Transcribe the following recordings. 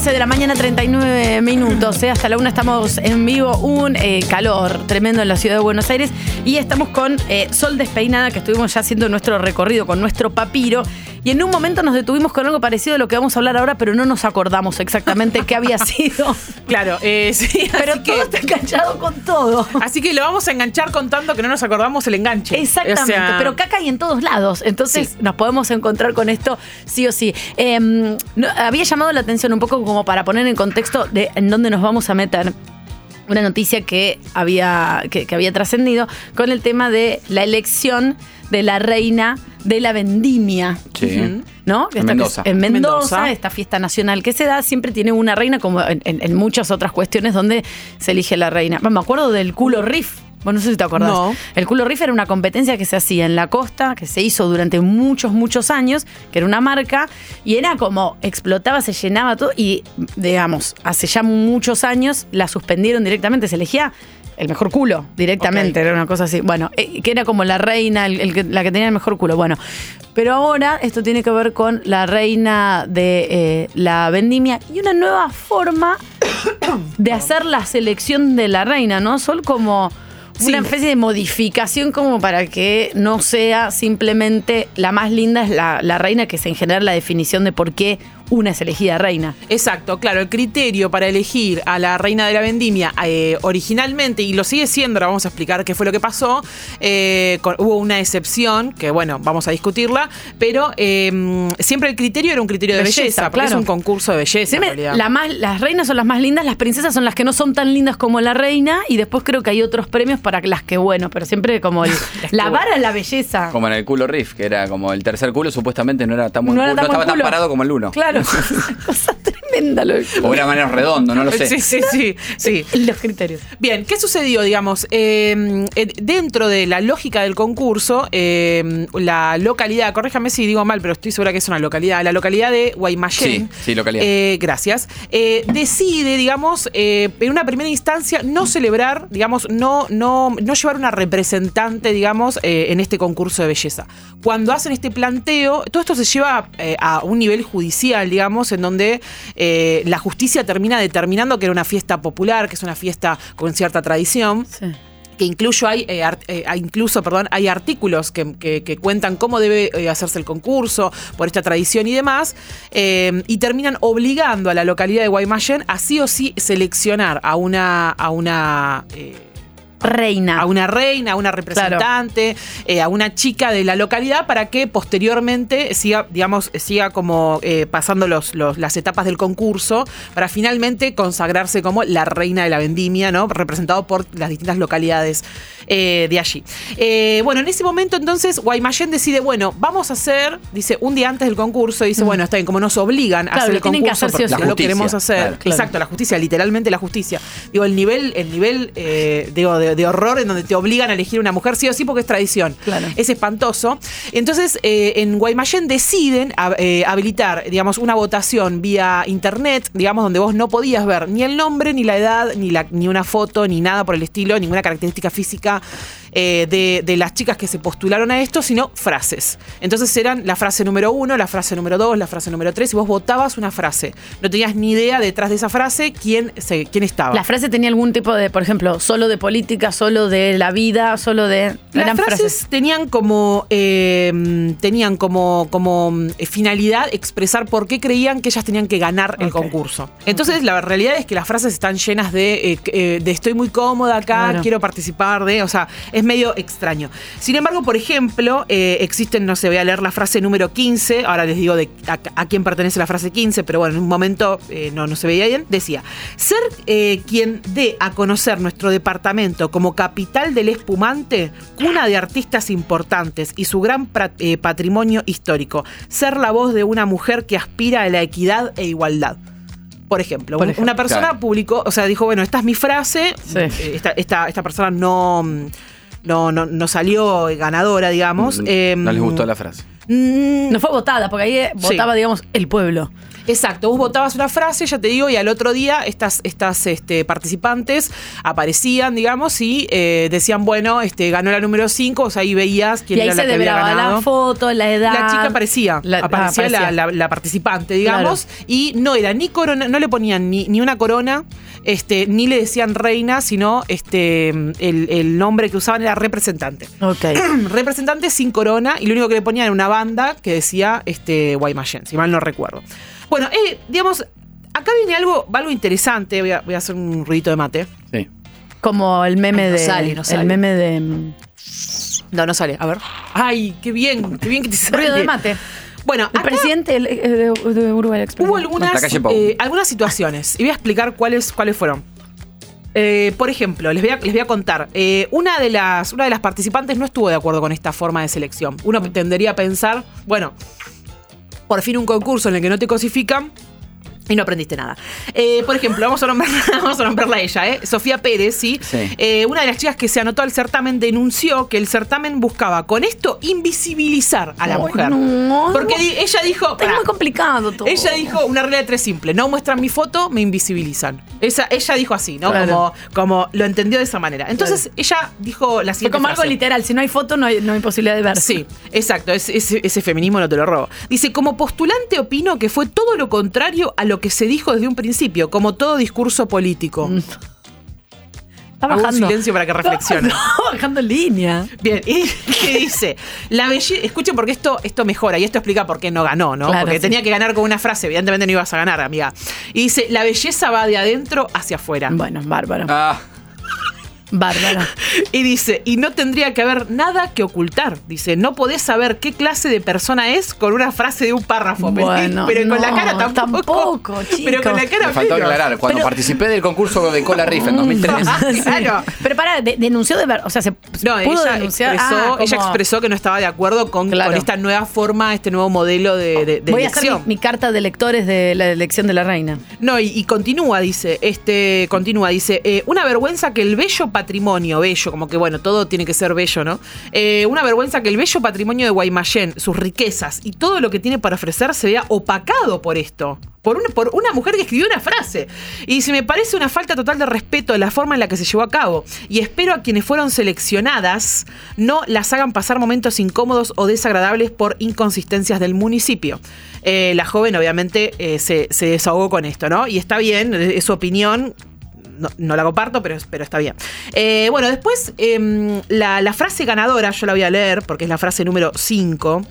11 de la mañana, 39 minutos. Hasta la 1 estamos en vivo. Un calor tremendo en la ciudad de Buenos Aires. Y estamos con Sol Despeinada, que estuvimos ya haciendo nuestro recorrido con nuestro papiro. Y en un momento nos detuvimos con algo parecido a lo que vamos a hablar ahora, pero no nos acordamos exactamente qué había sido. Claro, sí. Pero todo está enganchado con todo. Así que lo vamos a enganchar contando que no nos acordamos el enganche. Exactamente, o sea, pero caca hay en todos lados. Entonces sí, nos podemos encontrar con esto sí o sí. Había llamado la atención un poco como para poner en contexto de en dónde nos vamos a meter. Una noticia que había trascendido con el tema de la elección de la reina de la vendimia. Sí. ¿No? En Mendoza. En Mendoza, esta fiesta nacional que se da, siempre tiene una reina, como en muchas otras cuestiones donde se elige la reina. Me acuerdo del culo riff. Bueno, no sé si te acordás. No. El culo riff era una competencia que se hacía en la costa, que se hizo durante muchos años, que era una marca, y era como explotaba, se llenaba todo, y digamos, hace ya muchos años la suspendieron directamente, se elegía el mejor culo directamente, era una cosa así. Bueno, que era como la reina, la que tenía el mejor culo. Bueno, pero ahora esto tiene que ver con la reina de la vendimia y una nueva forma de hacer la selección de la reina, ¿no? Son como una especie de modificación como para que no sea simplemente la más linda es la reina, que es en general la definición de por qué una es elegida reina. Exacto, claro, el criterio para elegir a la reina de la vendimia originalmente, y lo sigue siendo, ahora vamos a explicar qué fue lo que pasó, hubo una excepción, que bueno, vamos a discutirla, pero siempre el criterio era un criterio de belleza, porque es un concurso de belleza siempre, en realidad. Las reinas son las más lindas, las princesas son las que no son tan lindas como la reina, y después creo que hay otros premios para las que, bueno, pero siempre como la vara es la belleza. Como en el culo riff, que era como el tercer culo, supuestamente no era tan buen culo, no estaba tan parado como el uno. Claro. Cosa tremenda. O era menos redondo, no lo sé. Sí. Los criterios. Bien, ¿qué sucedió, digamos? Dentro de la lógica del concurso, la localidad, corríjame si digo mal, pero estoy segura que es una localidad, la localidad de Guaymallén. Sí, localidad. Gracias. Decide, digamos, en una primera instancia no celebrar, digamos, no llevar una representante, digamos, en este concurso de belleza. Cuando hacen este planteo, todo esto se lleva a un nivel judicial, digamos, en donde la justicia termina determinando que era una fiesta popular, que es una fiesta con cierta tradición. Sí. Que incluso hay artículos que cuentan cómo debe hacerse el concurso por esta tradición y demás, y terminan obligando a la localidad de Guaymallén a sí o sí seleccionar a una reina. A una reina, a una representante, claro, a una chica de la localidad para que posteriormente siga como pasando las etapas del concurso para finalmente consagrarse como la reina de la vendimia, ¿no? Representado por las distintas localidades de allí. Bueno, en ese momento entonces Guaymallén decide, bueno, vamos a hacer, dice, un día antes del concurso, dice, bueno, está bien, como nos obligan a hacer el concurso, que hacer, porque lo queremos hacer. Claro. Exacto, la justicia, literalmente la justicia. Digo, el nivel de horror en donde te obligan a elegir una mujer sí o sí porque es tradición. Claro. Es espantoso. Entonces, en Guaymallén deciden habilitar, digamos, una votación vía internet, digamos, donde vos no podías ver ni el nombre, ni la edad, ni una foto, ni nada por el estilo, ninguna característica física de las chicas que se postularon a esto, sino frases. Entonces eran la frase número 1, la frase número 2, la frase número 3, y vos votabas una frase. No tenías ni idea detrás de esa frase quién estaba. ¿La frase tenía algún tipo de, por ejemplo, solo de política, solo de la vida, solo de...? Las frases tenían como finalidad expresar por qué creían que ellas tenían que ganar el concurso. Entonces la realidad es que las frases están llenas de estoy muy cómoda acá, claro, quiero participar de... O sea, es medio extraño. Sin embargo, por ejemplo, existen, no sé, voy a leer la frase número 15, ahora les digo a quién pertenece la frase 15, pero bueno, en un momento no se veía bien. Decía, ser quien dé a conocer nuestro departamento como capital del espumante, cuna de artistas importantes y su gran patrimonio histórico. Ser la voz de una mujer que aspira a la equidad e igualdad. Por ejemplo, una persona, claro, publicó, o sea, dijo, bueno, esta es mi frase, sí, esta persona no salió ganadora, digamos. No les gustó la frase. No fue votada, porque ahí votaba, digamos, el pueblo. Exacto, vos votabas una frase, ya te digo, y al otro día estas participantes aparecían, digamos, y decían, bueno, ganó la número 5, o sea, ahí veías quién era la que había ganado. La foto, la edad. La chica aparecía la participante, digamos, y no era ni corona, no le ponían ni una corona, ni le decían reina, sino el nombre que usaban era representante. Okay. Representante sin corona, y lo único que le ponían era una banda que decía Guaymallén, si mal no recuerdo. Bueno, digamos, acá viene algo interesante. Voy a hacer un ruidito de mate. Sí. Como el meme no sale. El meme de. No sale. A ver. Ay, qué bien que te sale. Ruido de mate. Bueno, el presidente de Uruguay Express. Hubo algunas situaciones. Y voy a explicar cuáles fueron. Por ejemplo, les voy a contar. Una de las participantes no estuvo de acuerdo con esta forma de selección. Uno tendería a pensar, bueno, por fin un concurso en el que no te cosifican y no aprendiste nada. Por ejemplo, vamos a nombrarla a ella, Sofía Pérez, ¿sí? Una de las chicas que se anotó al certamen denunció que el certamen buscaba con esto invisibilizar a la mujer. No, porque ella dijo... Es muy complicado todo. Ella dijo una regla de 3 simple: no muestran mi foto, me invisibilizan. Ella dijo así, ¿no? Claro. Como lo entendió de esa manera. Entonces ella dijo la siguiente frase. Como algo literal: si no hay foto, no hay posibilidad de ver. Sí, exacto. Ese feminismo no te lo robo. Dice: como postulante opino que fue todo lo contrario a lo que se dijo desde un principio, como todo discurso político. Está bajando. Hago un silencio para que reflexione. No, bajando línea. Bien, y dice, escuchen porque esto mejora y esto explica por qué no ganó, ¿no? Claro, porque tenía que ganar con una frase, evidentemente no ibas a ganar, amiga. Y dice: la belleza va de adentro hacia afuera. Bueno, bárbaro. Bárbaro. Y dice: y no tendría que haber nada que ocultar. Dice: no podés saber qué clase de persona es con una frase de un párrafo. Bueno, pero con la cara tampoco, chicos. Pero con la cara me faltó aclarar, cuando participé del concurso de Cola Riff en 2003. Claro. Pero denunció de verdad, o sea, se pudo denunciar. Ella expresó que no estaba de acuerdo con esta nueva forma, este nuevo modelo de Voy elección. a hacer mi carta de lectores de la elección de la reina. No, y continúa, dice, una vergüenza que el bello patrimonio, bello, como que bueno, todo tiene que ser bello, ¿no? Una vergüenza que el bello patrimonio de Guaymallén, sus riquezas y todo lo que tiene para ofrecer se vea opacado por esto. Por una mujer que escribió una frase. Y dice: me parece una falta total de respeto de la forma en la que se llevó a cabo. Y espero a quienes fueron seleccionadas no las hagan pasar momentos incómodos o desagradables por inconsistencias del municipio. La joven obviamente se desahogó con esto, ¿no? Y está bien, es su opinión. No la comparto, pero está bien. Bueno, después la frase ganadora, yo la voy a leer porque es la frase número 5.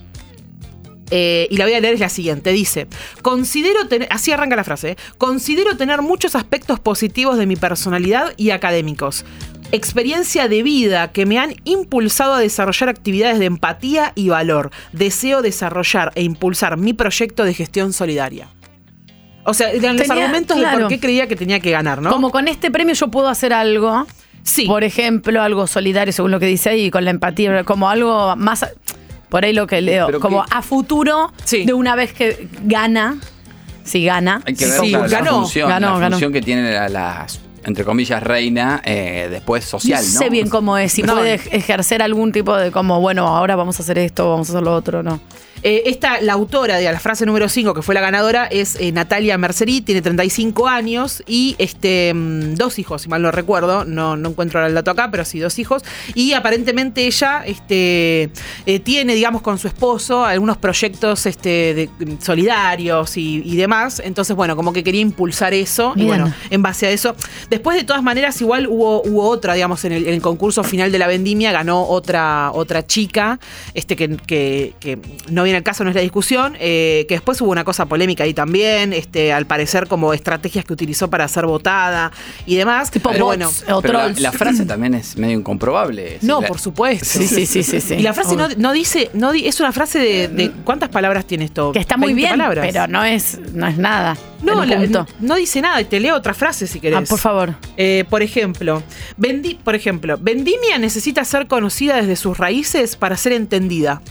Y la voy a leer, es la siguiente. Dice: así arranca la frase. Considero tener muchos aspectos positivos de mi personalidad y académicos. Experiencia de vida que me han impulsado a desarrollar actividades de empatía y valor. Deseo desarrollar e impulsar mi proyecto de gestión solidaria. O sea, eran los argumentos de por qué creía que tenía que ganar, ¿no? Como con este premio yo puedo hacer algo. Sí. Por ejemplo, algo solidario, según lo que dice ahí, con la empatía, como algo más... Por ahí lo que leo, pero como a futuro, de una vez que gana, si gana. Hay que ver la función que tiene las, entre comillas, reina, después social, ¿no? No sé bien cómo es, si puede ejercer algún tipo de como, bueno, ahora vamos a hacer esto, vamos a hacer lo otro, ¿no? La autora de la frase número 5, que fue la ganadora, es Natalia Mercerí, tiene 35 años y 2 hijos, si mal no recuerdo, no encuentro ahora el dato acá, pero sí 2 hijos. Y aparentemente ella tiene, digamos, con su esposo algunos proyectos solidarios y demás. Entonces, bueno, como que quería impulsar eso. Bien. Y bueno, en base a eso. Después, de todas maneras, igual hubo otra, digamos, en el concurso final de la vendimia, ganó otra chica, que no viene al caso, no es la discusión, que después hubo una cosa polémica ahí también, al parecer como estrategias que utilizó para ser votada y demás. Tipo pero bots, bueno, pero la frase también es medio incomprobable. No, por supuesto. Sí. Y la frase no dice, es una frase de ¿cuántas palabras tiene esto? Que está muy bien, palabras. pero no es nada. No dice nada. Te leo otra frase si querés. Por favor. Por ejemplo, Vendimia necesita ser conocida desde sus raíces para ser entendida.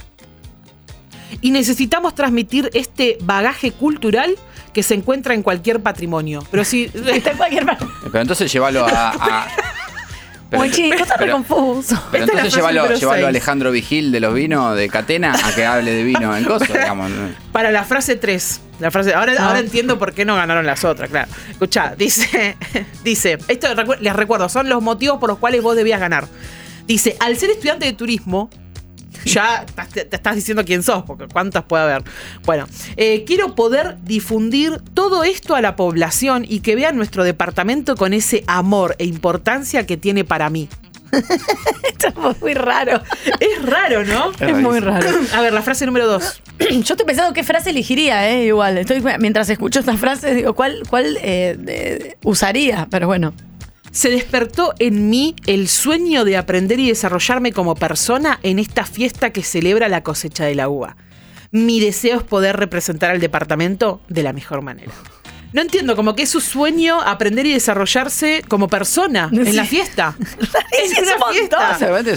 Y necesitamos transmitir este bagaje cultural que se encuentra en cualquier patrimonio. Pero sí, está en cualquier patrimonio. Pero entonces llévalo a Muy chico, está re confuso. Pero entonces llévalo a Alejandro Vigil de los vinos de Catena a que hable de vino en cosas, digamos. Para la frase 3, La frase, ahora entiendo por qué no ganaron las otras, claro. Escuchá, dice, esto les recuerdo, son los motivos por los cuales vos debías ganar. Dice, al ser estudiante de turismo, ya te estás diciendo quién sos, porque cuántas puede haber. Bueno, quiero poder difundir todo esto a la población y que vean nuestro departamento con ese amor e importancia que tiene para mí. Esto es muy raro. Es raro, ¿no? Es muy raro. A ver, la frase número 2. Yo estoy pensando qué frase elegiría, igual. Mientras escucho estas frases, digo, ¿cuál usaría? Pero bueno. Se despertó en mí el sueño de aprender y desarrollarme como persona en esta fiesta que celebra la cosecha de la uva. Mi deseo es poder representar al departamento de la mejor manera. No entiendo, como que es su sueño aprender y desarrollarse como persona en la fiesta. Es una fiesta. Seguramente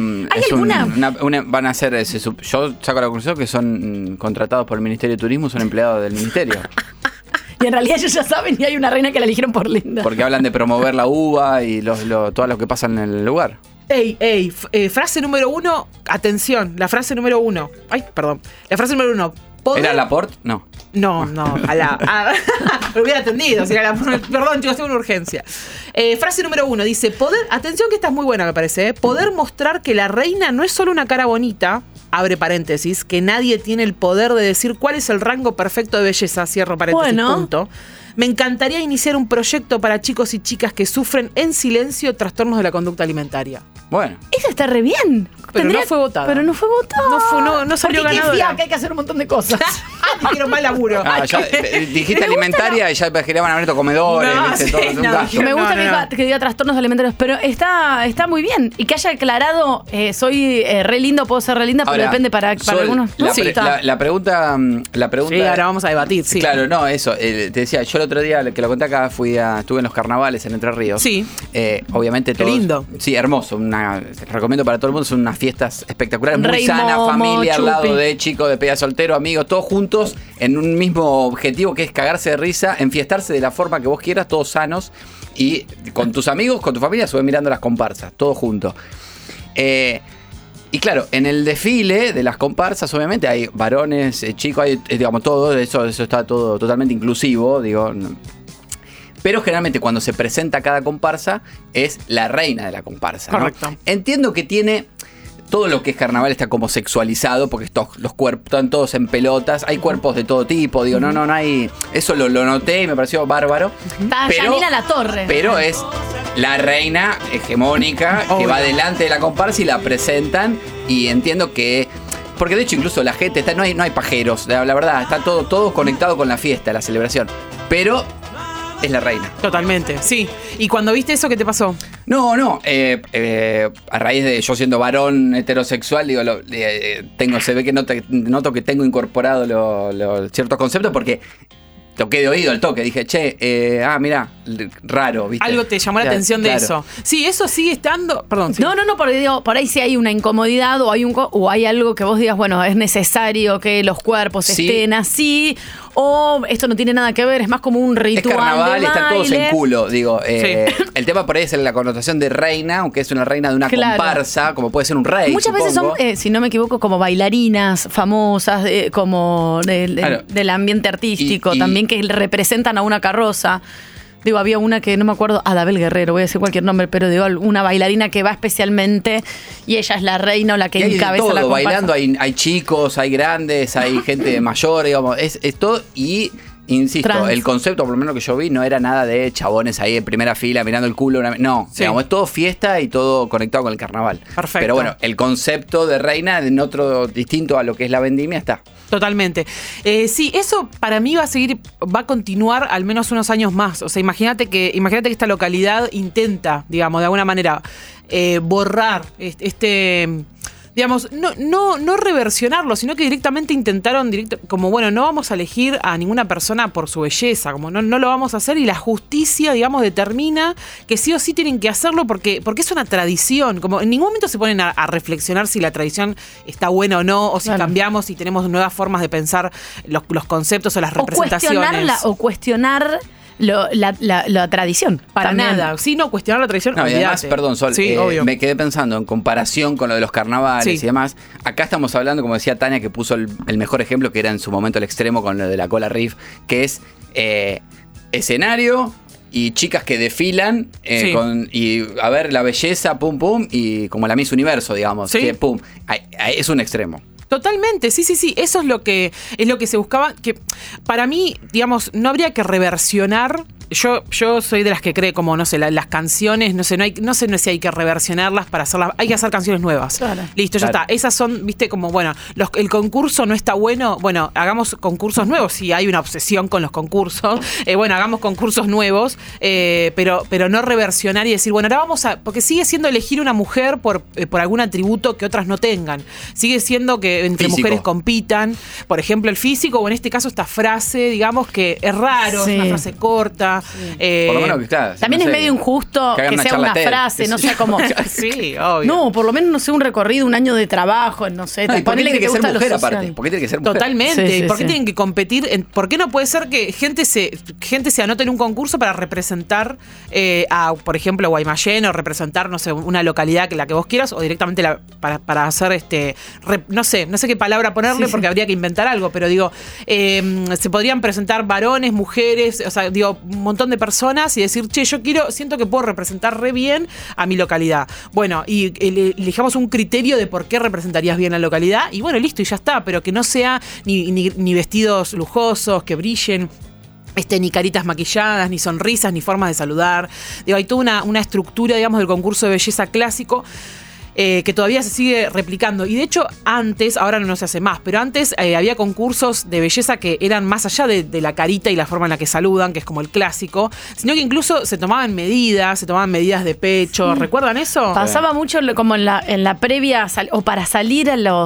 van a ser, yo saco la conclusión que son contratados por el Ministerio de Turismo, son empleados del Ministerio. Y en realidad ellos ya saben y hay una reina que la eligieron por linda. Porque hablan de promover la uva y todo lo que pasa en el lugar. Frase número 1, atención, la frase número 1. La frase número 1. ¿Era Laporte? No. No, lo hubiera atendido. Perdón, chicos, tengo una urgencia. Frase número 1 dice, atención que esta es muy buena me parece, poder mostrar que la reina no es solo una cara bonita, abre paréntesis, que nadie tiene el poder de decir cuál es el rango perfecto de belleza, cierro paréntesis, punto. Me encantaría iniciar un proyecto para chicos y chicas que sufren en silencio trastornos de la conducta alimentaria. Bueno. Eso está re bien. Pero no fue votado. No salió ganadora. Que hay que hacer un montón de cosas. Quiero más laburo. Dijiste alimentaria y ya querían abrir comedores. Me gusta que diga trastornos alimentarios, pero está muy bien. Y que haya aclarado, soy re lindo, puedo ser re linda, pero depende para algunos. La pregunta. Sí, ahora vamos a debatir, sí. Claro, no, eso. Te decía, yo el otro día que lo conté acá, estuve en los carnavales en Entre Ríos. Sí. Obviamente todo. Qué lindo. Sí, hermoso. Recomiendo para todo el mundo, son unas fiestas espectaculares, muy sana, familia, al lado de chicos, de pedida soltero, amigos, todos juntos en un mismo objetivo que es cagarse de risa, enfiestarse de la forma que vos quieras, todos sanos, y con tus amigos, con tu familia, subes mirando las comparsas, todos juntos. Y claro, en el desfile de las comparsas, obviamente hay varones, chicos, hay, digamos, todo, eso está todo totalmente inclusivo, digo. Pero generalmente cuando se presenta cada comparsa es la reina de la comparsa, ¿no? Correcto. Entiendo que tiene todo lo que es carnaval está como sexualizado porque los cuerpos están todos en pelotas, hay cuerpos de todo tipo, digo, no hay, eso lo noté y me pareció bárbaro. Está Yanina Latorre. Pero es la reina hegemónica que va delante de la comparsa y la presentan, y entiendo que porque de hecho incluso la gente no hay pajeros, la verdad, está todo conectado con la fiesta, la celebración, pero es la reina. Totalmente, sí. ¿Y cuando viste eso, qué te pasó? No. A raíz de yo siendo varón heterosexual, digo, se ve que noto que tengo incorporado ciertos conceptos porque toqué de oído al toque. Dije, mirá, raro, ¿viste? Algo te llamó la atención de eso. Sí, eso sigue estando. Perdón. Sí. No, porque digo, por ahí sí hay una incomodidad o hay algo que vos digas, bueno, es necesario que los cuerpos estén así. O esto no tiene nada que ver, es más como un ritual. Es carnaval, de están todos en culo, digo. Sí. El tema por ahí es la connotación de reina, aunque es una reina de una comparsa, como puede ser un rey. Muchas veces son, si no me equivoco, como bailarinas famosas, como del ambiente artístico, también que representan a una carroza. Digo, había una que no me acuerdo, Adabel Guerrero, voy a decir cualquier nombre, pero digo, una bailarina que va especialmente y ella es la reina o la que encabeza la comparsa. Bailando, hay chicos, hay grandes, hay gente mayor, digamos, es todo. Y insisto, el concepto, por lo menos que yo vi, no era nada de chabones ahí en primera fila mirando el culo. Digamos, es todo fiesta y todo conectado con el carnaval. Perfecto. Pero bueno, el concepto de reina en otro distinto a lo que es la vendimia está. Totalmente. Sí, eso para mí va a continuar al menos unos años más. O sea, imagínate que esta localidad intenta, digamos, de alguna manera borrar digamos, no reversionarlo, sino que directamente intentaron, como bueno, no vamos a elegir a ninguna persona por su belleza, como no lo vamos a hacer, y la justicia, digamos, determina que sí o sí tienen que hacerlo porque es una tradición, como en ningún momento se ponen a reflexionar si la tradición está buena o no, o si cambiamos y tenemos nuevas formas de pensar los conceptos o las representaciones. O cuestionar la tradición. Para también. nada. Sí, no, cuestionar la tradición. No, y además, perdón, Sol, sí, obvio. me quedé pensando en comparación con lo de los carnavales y demás. Acá estamos hablando, como decía Tania, que puso el mejor ejemplo, que era en su momento el extremo con lo de la Cola Riff, que es escenario y chicas que desfilan y a ver la belleza, pum, pum, y como la Miss Universo, digamos, que pum, es un extremo. Totalmente, sí. Eso es lo que se buscaba. Que para mí, digamos, no habría que reversionar. Yo soy de las que cree como, no sé, las canciones, no sé si hay que reversionarlas para hacerlas. Hay que hacer canciones nuevas. Claro. Listo, ya está. Esas son, viste, como, bueno, el concurso no está bueno. Bueno, hagamos concursos nuevos. Si hay una obsesión con los concursos, bueno, hagamos concursos nuevos, pero no reversionar y decir, bueno, ahora vamos a. Porque sigue siendo elegir una mujer por algún atributo que otras no tengan. Sigue siendo que entre mujeres compitan. Por ejemplo, el físico, o en este caso, esta frase, digamos que es raro, es una frase corta. Sí. Por lo menos, claro, también es medio injusto que sea una frase, no sea como. Sí, obvio. No, por lo menos no sé, un recorrido, un año de trabajo, no sé. No, ¿por qué tiene que ser mujer aparte? ¿Por qué tiene que ser mujer? Totalmente. ¿Por qué tienen que competir? ¿Por qué no puede ser que gente se anote en un concurso para representar a, por ejemplo, Guaymallén, o representar, no sé, una localidad que la que vos quieras, o directamente para hacer no sé qué palabra ponerle, porque habría que inventar algo, pero digo, se podrían presentar varones, mujeres, o sea, digo, un montón de personas y decir, che, siento que puedo representar re bien a mi localidad. Bueno, y elijamos un criterio de por qué representarías bien la localidad, y bueno, listo, y ya está, pero que no sea ni vestidos lujosos, que brillen. Ni caritas maquilladas, ni sonrisas, ni formas de saludar. Digo, hay toda una estructura, digamos, del concurso de belleza clásico que todavía se sigue replicando. Y de hecho, antes, ahora no se hace más, pero antes había concursos de belleza que eran más allá de la carita y la forma en la que saludan, que es como el clásico, sino que incluso se tomaban medidas de pecho. ¿Recuerdan eso? Pasaba mucho como en la previa, o para salir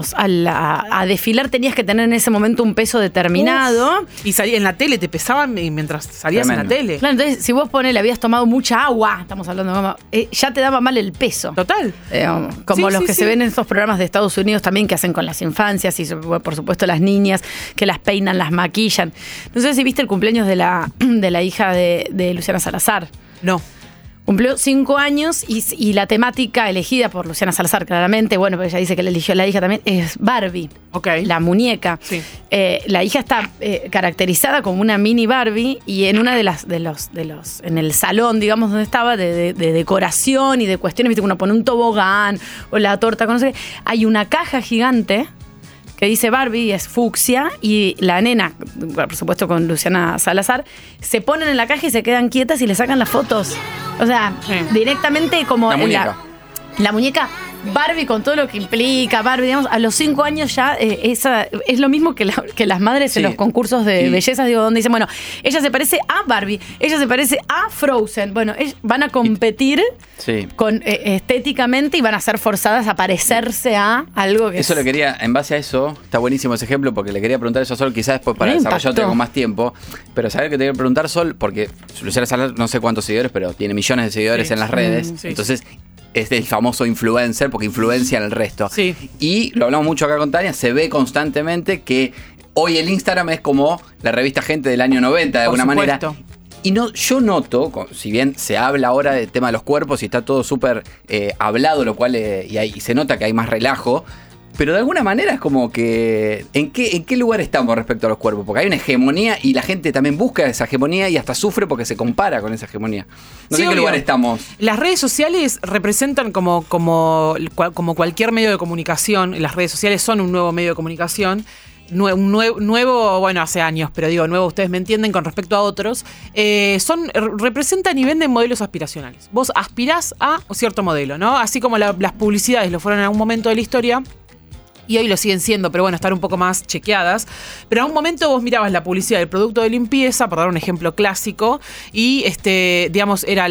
a desfilar tenías que tener en ese momento un peso determinado. Uf. Y en la tele te pesaban mientras salías en la tele. Claro, entonces si vos le habías tomado mucha agua, estamos hablando de mamá, ya te daba mal el peso. Total. Como los que se ven en estos programas de Estados Unidos también, que hacen con las infancias y por supuesto las niñas, que las peinan, las maquillan. No sé si viste el cumpleaños de la hija de Luciana Salazar. No. Cumplió 5 años y la temática elegida por Luciana Salazar, claramente, bueno, pero ella dice que la eligió la hija también, es Barbie, la muñeca. Sí. La hija está caracterizada como una mini Barbie, y en una en el salón, digamos, donde estaba, de decoración y de cuestiones, viste, que uno pone un tobogán o la torta, no sé qué, hay una caja gigante que dice Barbie, es fucsia, y la nena, por supuesto con Luciana Salazar, se ponen en la caja y se quedan quietas y le sacan las fotos. O sea, directamente como la muñeca Barbie, con todo lo que implica Barbie, digamos, a los 5 años ya esa es lo mismo que las madres en los concursos de belleza, digo, donde dicen, bueno, ella se parece a Barbie, ella se parece a Frozen. Bueno, van a competir con estéticamente, y van a ser forzadas a parecerse a algo que eso lo quería, en base a eso, está buenísimo ese ejemplo, porque le quería preguntar eso a Sol, quizás después para desarrollarlo tengo más tiempo, pero saber que te quiero preguntar, Sol, porque Luciana Salazar no sé cuántos seguidores, pero tiene millones de seguidores en las redes, entonces es el famoso influencer, porque influencia en el resto. Sí. Y lo hablamos mucho acá con Tania, se ve constantemente que hoy el Instagram es como la revista Gente del año 90, de alguna manera. Y yo noto, si bien se habla ahora del tema de los cuerpos y está todo súper hablado, lo cual y se nota que hay más relajo, pero de alguna manera es como que ¿en qué lugar estamos respecto a los cuerpos? Porque hay una hegemonía y la gente también busca esa hegemonía y hasta sufre porque se compara con esa hegemonía. No sé en qué lugar estamos. Las redes sociales representan como cualquier medio de comunicación. Las redes sociales son un nuevo medio de comunicación. Nuevo, bueno, hace años, pero digo nuevo, ustedes me entienden, con respecto a otros, representan y venden modelos aspiracionales. Vos aspirás a un cierto modelo, ¿no? Así como las publicidades lo fueron en algún momento de la historia, y hoy lo siguen siendo, pero bueno, están un poco más chequeadas. Pero en un momento vos mirabas la publicidad del producto de limpieza, por dar un ejemplo clásico, y digamos, era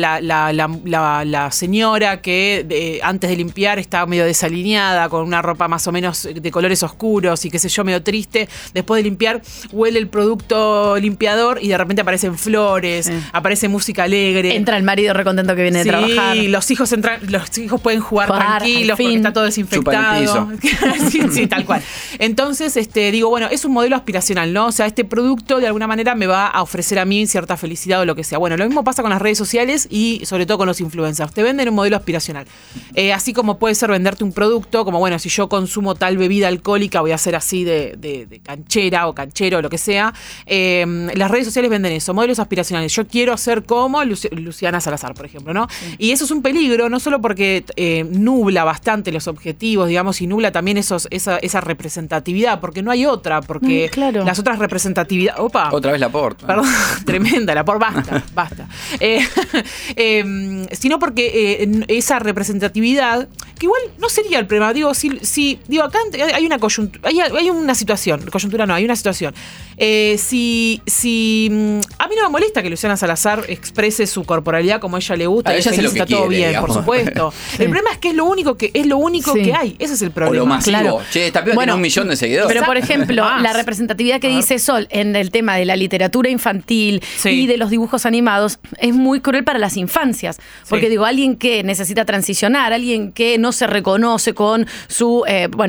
la señora que antes de limpiar estaba medio desalineada, con una ropa más o menos de colores oscuros y qué sé yo, medio triste. Después de limpiar, huele el producto limpiador y de repente aparecen flores, aparece música alegre. Entra el marido recontento que viene de trabajar. Sí, los hijos pueden jugar tranquilos porque está todo desinfectado. Chupan el piso. Sí, tal cual. Entonces, digo, bueno, es un modelo aspiracional, ¿no? O sea, este producto de alguna manera me va a ofrecer a mí cierta felicidad o lo que sea. Bueno, lo mismo pasa con las redes sociales y sobre todo con los influencers. Te venden un modelo aspiracional. Así como puede ser venderte un producto, como bueno, si yo consumo tal bebida alcohólica, voy a ser así de canchera o canchero o lo que sea. Las redes sociales venden eso, modelos aspiracionales. Yo quiero ser como Luciana Salazar, por ejemplo, ¿no? Sí. Y eso es un peligro, no solo porque nubla bastante los objetivos, digamos, y nubla también esa representatividad, porque no hay otra, porque las otras representatividades... Opa. Otra vez Laporte. Perdón, tremenda, Laporte, basta. Sino porque esa representatividad, que igual no sería el problema, digo, digo, acá hay una coyuntura, hay una situación, coyuntura no, hay una situación. Si a mí no me molesta que Luciana Salazar exprese su corporalidad como a ella le gusta, y ella está todo bien, digamos. Por supuesto. Sí. El problema es que es lo único que hay. Ese es el problema. O lo masivo. Claro. Che, esta piba tiene 1 millón de seguidores. Pero por ejemplo, la representatividad que dice Sol en el tema de la literatura infantil y de los dibujos animados es muy cruel para las infancias. Porque digo, alguien que necesita transicionar, alguien que no se reconoce con su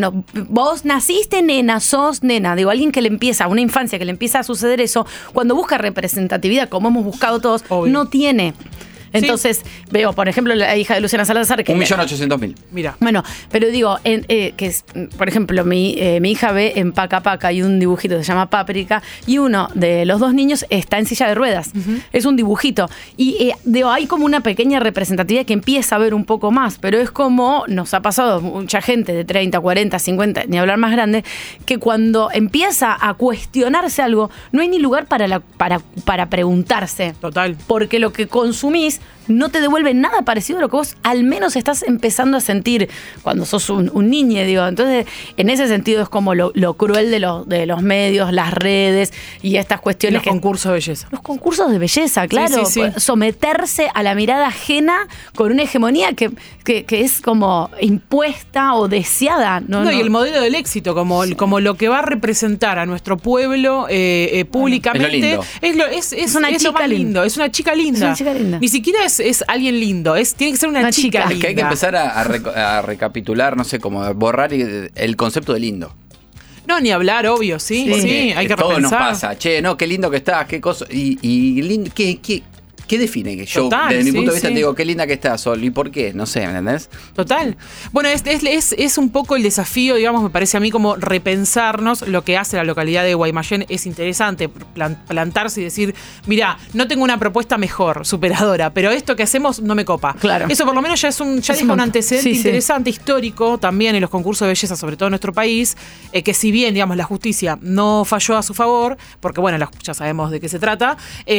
vos naciste nena, sos nena. Digo, alguien que le empieza, una infancia que le empieza a suceder eso, cuando busca representatividad, como hemos buscado todos, no tiene. Entonces, veo, por ejemplo, la hija de Luciana Salazar. 1.800.000. Mira. Bueno, pero digo, que es, por ejemplo, mi hija ve en Paca Paca, hay un dibujito que se llama Páprica, y uno de los 2 niños está en silla de ruedas. Uh-huh. Es un dibujito. Y digo, hay como una pequeña representatividad que empieza a ver un poco más, pero es como nos ha pasado mucha gente de 30, 40, 50, ni hablar más grande, que cuando empieza a cuestionarse algo, no hay ni lugar para preguntarse. Total. Porque lo que consumís no te devuelve nada parecido a lo que vos al menos estás empezando a sentir cuando sos un niño, digo. Entonces, en ese sentido es como lo cruel de los medios, las redes y estas cuestiones. Los concursos de belleza. Los concursos de belleza, claro. Sí. Someterse a la mirada ajena con una hegemonía que es como impuesta o deseada. No, y el modelo del éxito, como lo que va a representar a nuestro pueblo públicamente. Es una chica linda. Es una chica linda. Ni siquiera es alguien lindo, tiene que ser una chica linda. Es que hay que empezar a recapitular, no sé, como borrar el concepto de lindo. No, ni hablar, obvio, sí, hay que repensar. Todo nos pasa, che, no, qué lindo que estás, qué cosa, y lindo, ¿qué define? Que yo, total, desde mi punto de vista, te digo, qué linda que estás, Sol, ¿y por qué? No sé, ¿me entendés? Total. Bueno, es un poco el desafío, digamos, me parece a mí, como repensarnos lo que hace la localidad de Guaymallén. Es interesante plantarse y decir, mirá, no tengo una propuesta mejor, superadora, pero esto que hacemos no me copa. Claro. Eso por lo menos ya deja un antecedente interesante, histórico, también en los concursos de belleza, sobre todo en nuestro país, que si bien, digamos, la justicia no falló a su favor, porque bueno, ya sabemos de qué se trata,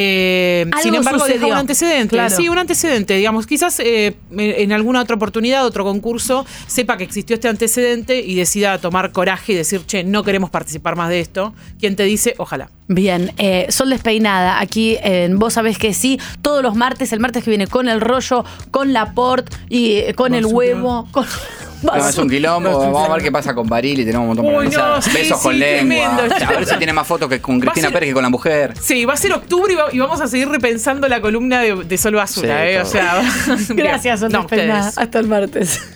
sin embargo, deja un antecedente. Claro. Sí, un antecedente, digamos. Quizás en alguna otra oportunidad, otro concurso, sepa que existió este antecedente y decida tomar coraje y decir, che, no queremos participar más de esto. ¿Quién te dice? Ojalá. Bien, Sol Despeinada, aquí en Vos Sabés que Sí, todos los martes, el martes que viene con el rollo, con Laporte y con el huevo, con... No, es un quilombo, vamos a ver qué pasa con Barili, tenemos un montón de mensajes. Besos con lengua. A ver si tiene más fotos que con Cristina Pérez que con la mujer. Sí, va a ser octubre y vamos a seguir repensando la columna de Sol Basura. O sea, gracias, Sol Despeinada. Hasta el martes.